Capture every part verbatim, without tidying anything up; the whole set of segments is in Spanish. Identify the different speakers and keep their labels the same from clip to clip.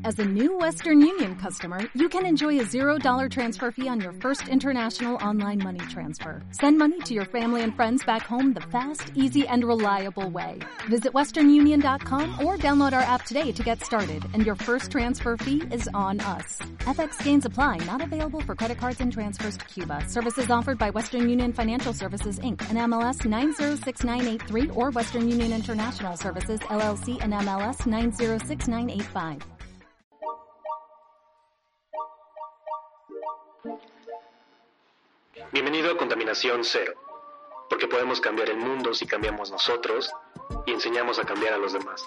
Speaker 1: As a new Western Union customer, you can enjoy a zero dollar transfer fee on your first international online money transfer. Send money to your family and friends back home the fast, easy, and reliable way. Visit western union dot com or download our app today to get started, and your first transfer fee is on us. F X gains apply, not available for credit cards and transfers to Cuba. Services offered by Western Union Financial Services, Incorporated, and M L S nine zero six nine eight three or Western Union International Services, L L C, and M L S nine zero six nine eight five.
Speaker 2: Bienvenido a Contaminación Cero, porque podemos cambiar el mundo si cambiamos nosotros y enseñamos a cambiar a los demás.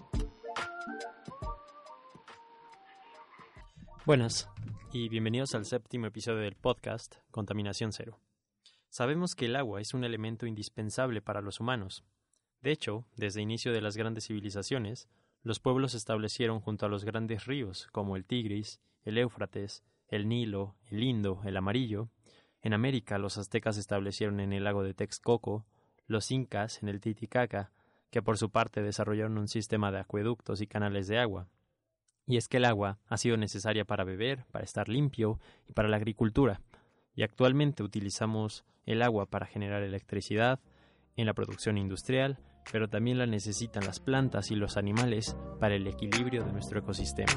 Speaker 3: Buenas, y bienvenidos al séptimo episodio del podcast Contaminación Cero. Sabemos que el agua es un elemento indispensable para los humanos. De hecho, desde el inicio de las grandes civilizaciones, los pueblos se establecieron junto a los grandes ríos como el Tigris, el Éufrates, el Nilo, el Indo, el Amarillo. En América, los aztecas se establecieron en el lago de Texcoco, los incas en el Titicaca, que por su parte desarrollaron un sistema de acueductos y canales de agua. Y es que el agua ha sido necesaria para beber, para estar limpio y para la agricultura, y actualmente utilizamos el agua para generar electricidad, en la producción industrial, pero también la necesitan las plantas y los animales para el equilibrio de nuestro ecosistema.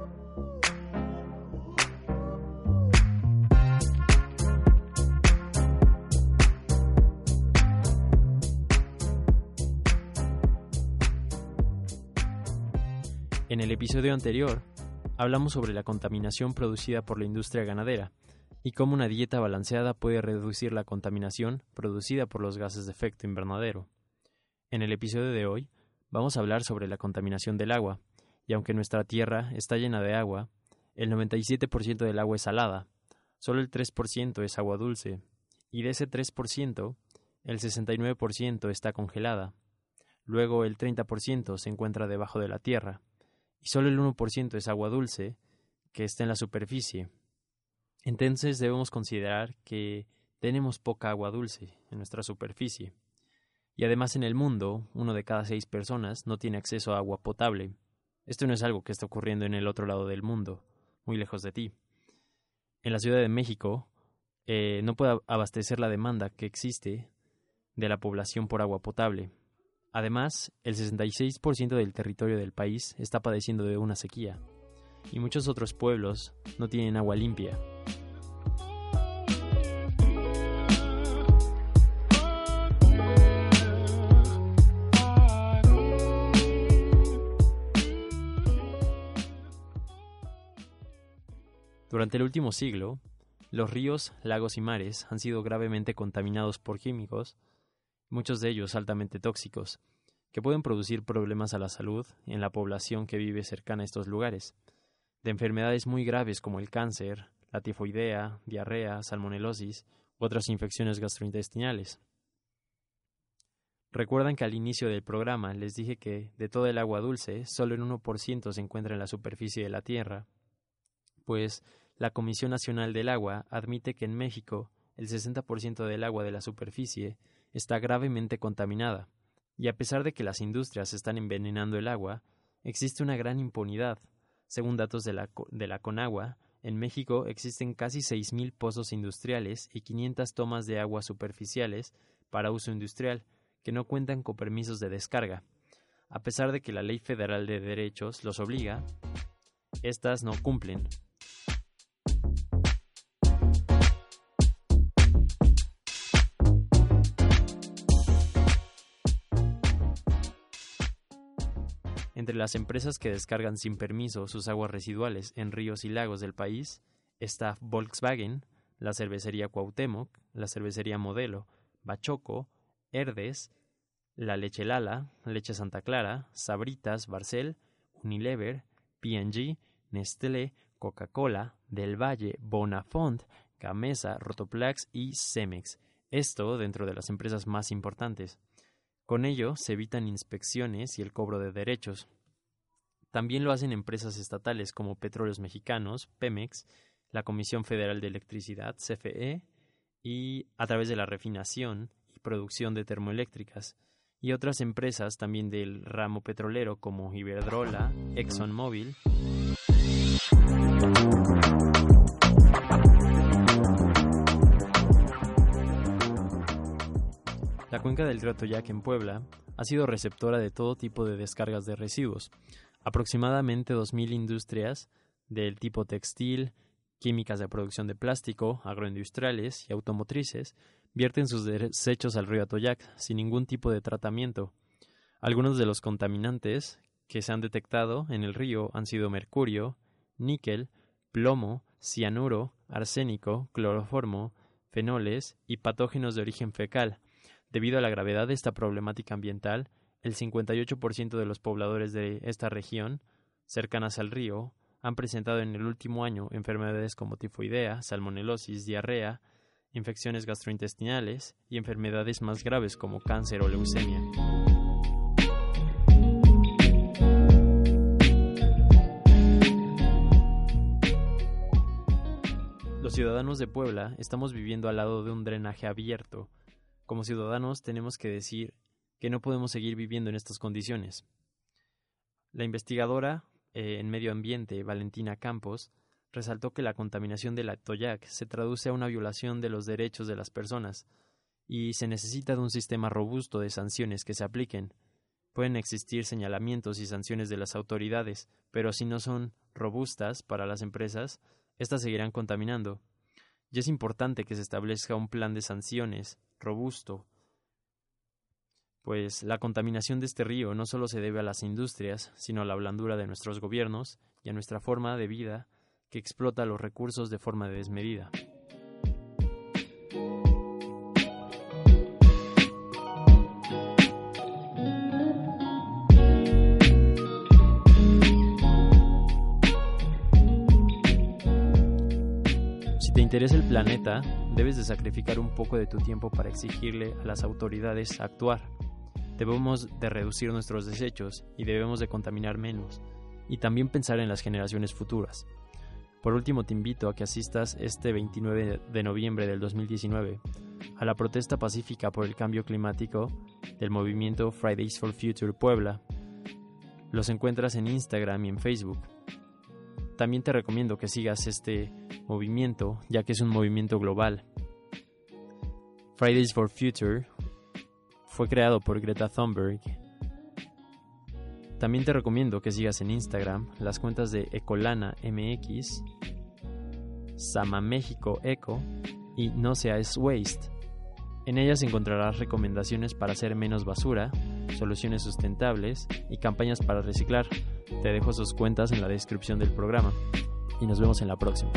Speaker 3: En el episodio anterior, hablamos sobre la contaminación producida por la industria ganadera y cómo una dieta balanceada puede reducir la contaminación producida por los gases de efecto invernadero. En el episodio de hoy, vamos a hablar sobre la contaminación del agua, y aunque nuestra tierra está llena de agua, el noventa y siete por ciento del agua es salada, solo el tres por ciento es agua dulce, y de ese tres por ciento, el sesenta y nueve por ciento está congelada. Luego el treinta por ciento se encuentra debajo de la tierra, y solo el uno por ciento es agua dulce, que está en la superficie. Entonces debemos considerar que tenemos poca agua dulce en nuestra superficie. Y además en el mundo, uno de cada seis personas no tiene acceso a agua potable. Esto no es algo que está ocurriendo en el otro lado del mundo, muy lejos de ti. En la Ciudad de México, eh, no puede abastecer la demanda que existe de la población por agua potable. Además, el sesenta y seis por ciento del territorio del país está padeciendo de una sequía, y muchos otros pueblos no tienen agua limpia. Durante el último siglo, los ríos, lagos y mares han sido gravemente contaminados por químicos, muchos de ellos altamente tóxicos, que pueden producir problemas a la salud en la población que vive cercana a estos lugares, de enfermedades muy graves como el cáncer, la tifoidea, diarrea, salmonelosis u otras infecciones gastrointestinales. Recuerdan que al inicio del programa les dije que de toda el agua dulce, solo el uno por ciento se encuentra en la superficie de la Tierra, pues la Comisión Nacional del Agua admite que en México el sesenta por ciento del agua de la superficie está gravemente contaminada, y a pesar de que las industrias están envenenando el agua, existe una gran impunidad. Según datos de la, de la Conagua, en México existen casi seis mil pozos industriales y quinientas tomas de agua superficiales para uso industrial que no cuentan con permisos de descarga. A pesar de que la Ley Federal de Derechos los obliga, estas no cumplen. Entre las empresas que descargan sin permiso sus aguas residuales en ríos y lagos del país está Volkswagen, la cervecería Cuauhtémoc, la cervecería Modelo, Bachoco, Herdes, la Leche Lala, Leche Santa Clara, Sabritas, Barcel, Unilever, P and G, Nestlé, Coca-Cola, Del Valle, Bonafont, Gamesa, Rotoplas y Cemex. Esto dentro de las empresas más importantes. Con ello se evitan inspecciones y el cobro de derechos. También lo hacen empresas estatales como Petróleos Mexicanos, Pemex, la Comisión Federal de Electricidad, C F E, y a través de la refinación y producción de termoeléctricas, y otras empresas también del ramo petrolero como Iberdrola, ExxonMobil La cuenca del río Atoyac en Puebla ha sido receptora de todo tipo de descargas de residuos. Aproximadamente dos mil industrias del tipo textil, químicas de producción de plástico, agroindustriales y automotrices vierten sus desechos al río Atoyac sin ningún tipo de tratamiento. Algunos de los contaminantes que se han detectado en el río han sido mercurio, níquel, plomo, cianuro, arsénico, cloroformo, fenoles y patógenos de origen fecal. Debido a la gravedad de esta problemática ambiental, el cincuenta y ocho por ciento de los pobladores de esta región, cercanas al río, han presentado en el último año enfermedades como tifoidea, salmonelosis, diarrea, infecciones gastrointestinales y enfermedades más graves como cáncer o leucemia. Los ciudadanos de Puebla estamos viviendo al lado de un drenaje abierto. Como ciudadanos tenemos que decir que no podemos seguir viviendo en estas condiciones. La investigadora eh, en medio ambiente, Valentina Campos, resaltó que la contaminación del Atoyac se traduce a una violación de los derechos de las personas y se necesita de un sistema robusto de sanciones que se apliquen. Pueden existir señalamientos y sanciones de las autoridades, pero si no son robustas para las empresas, éstas seguirán contaminando. Y es importante que se establezca un plan de sanciones robusto, pues la contaminación de este río no solo se debe a las industrias, sino a la blandura de nuestros gobiernos y a nuestra forma de vida que explota los recursos de forma desmedida. Si te interesa el planeta, debes de sacrificar un poco de tu tiempo para exigirle a las autoridades actuar. Debemos de reducir nuestros desechos y debemos de contaminar menos, y también pensar en las generaciones futuras. Por último, te invito a que asistas este veintinueve de noviembre del dos mil diecinueve a la protesta pacífica por el cambio climático del movimiento Fridays for Future Puebla. Los encuentras en Instagram y en Facebook. También te recomiendo que sigas este movimiento, ya que es un movimiento global. Fridays for Future fue creado por Greta Thunberg. También te recomiendo que sigas en Instagram las cuentas de Ecolana M X, Sama México Eco y No Seas Waste. En ellas encontrarás recomendaciones para hacer menos basura, soluciones sustentables y campañas para reciclar. Te dejo sus cuentas en la descripción del programa y nos vemos en la próxima.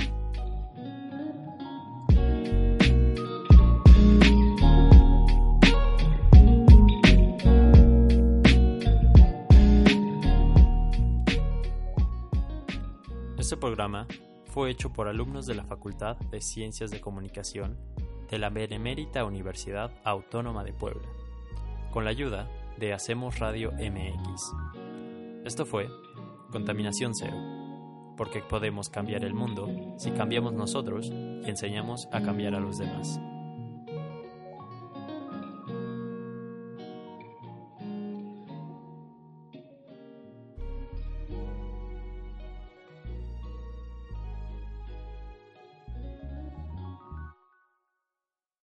Speaker 3: Este programa fue hecho por alumnos de la Facultad de Ciencias de Comunicación de la Benemérita Universidad Autónoma de Puebla, con la ayuda de Hacemos Radio M X. Esto fue Contaminación Cero, porque podemos cambiar el mundo si cambiamos nosotros y enseñamos a cambiar a los demás.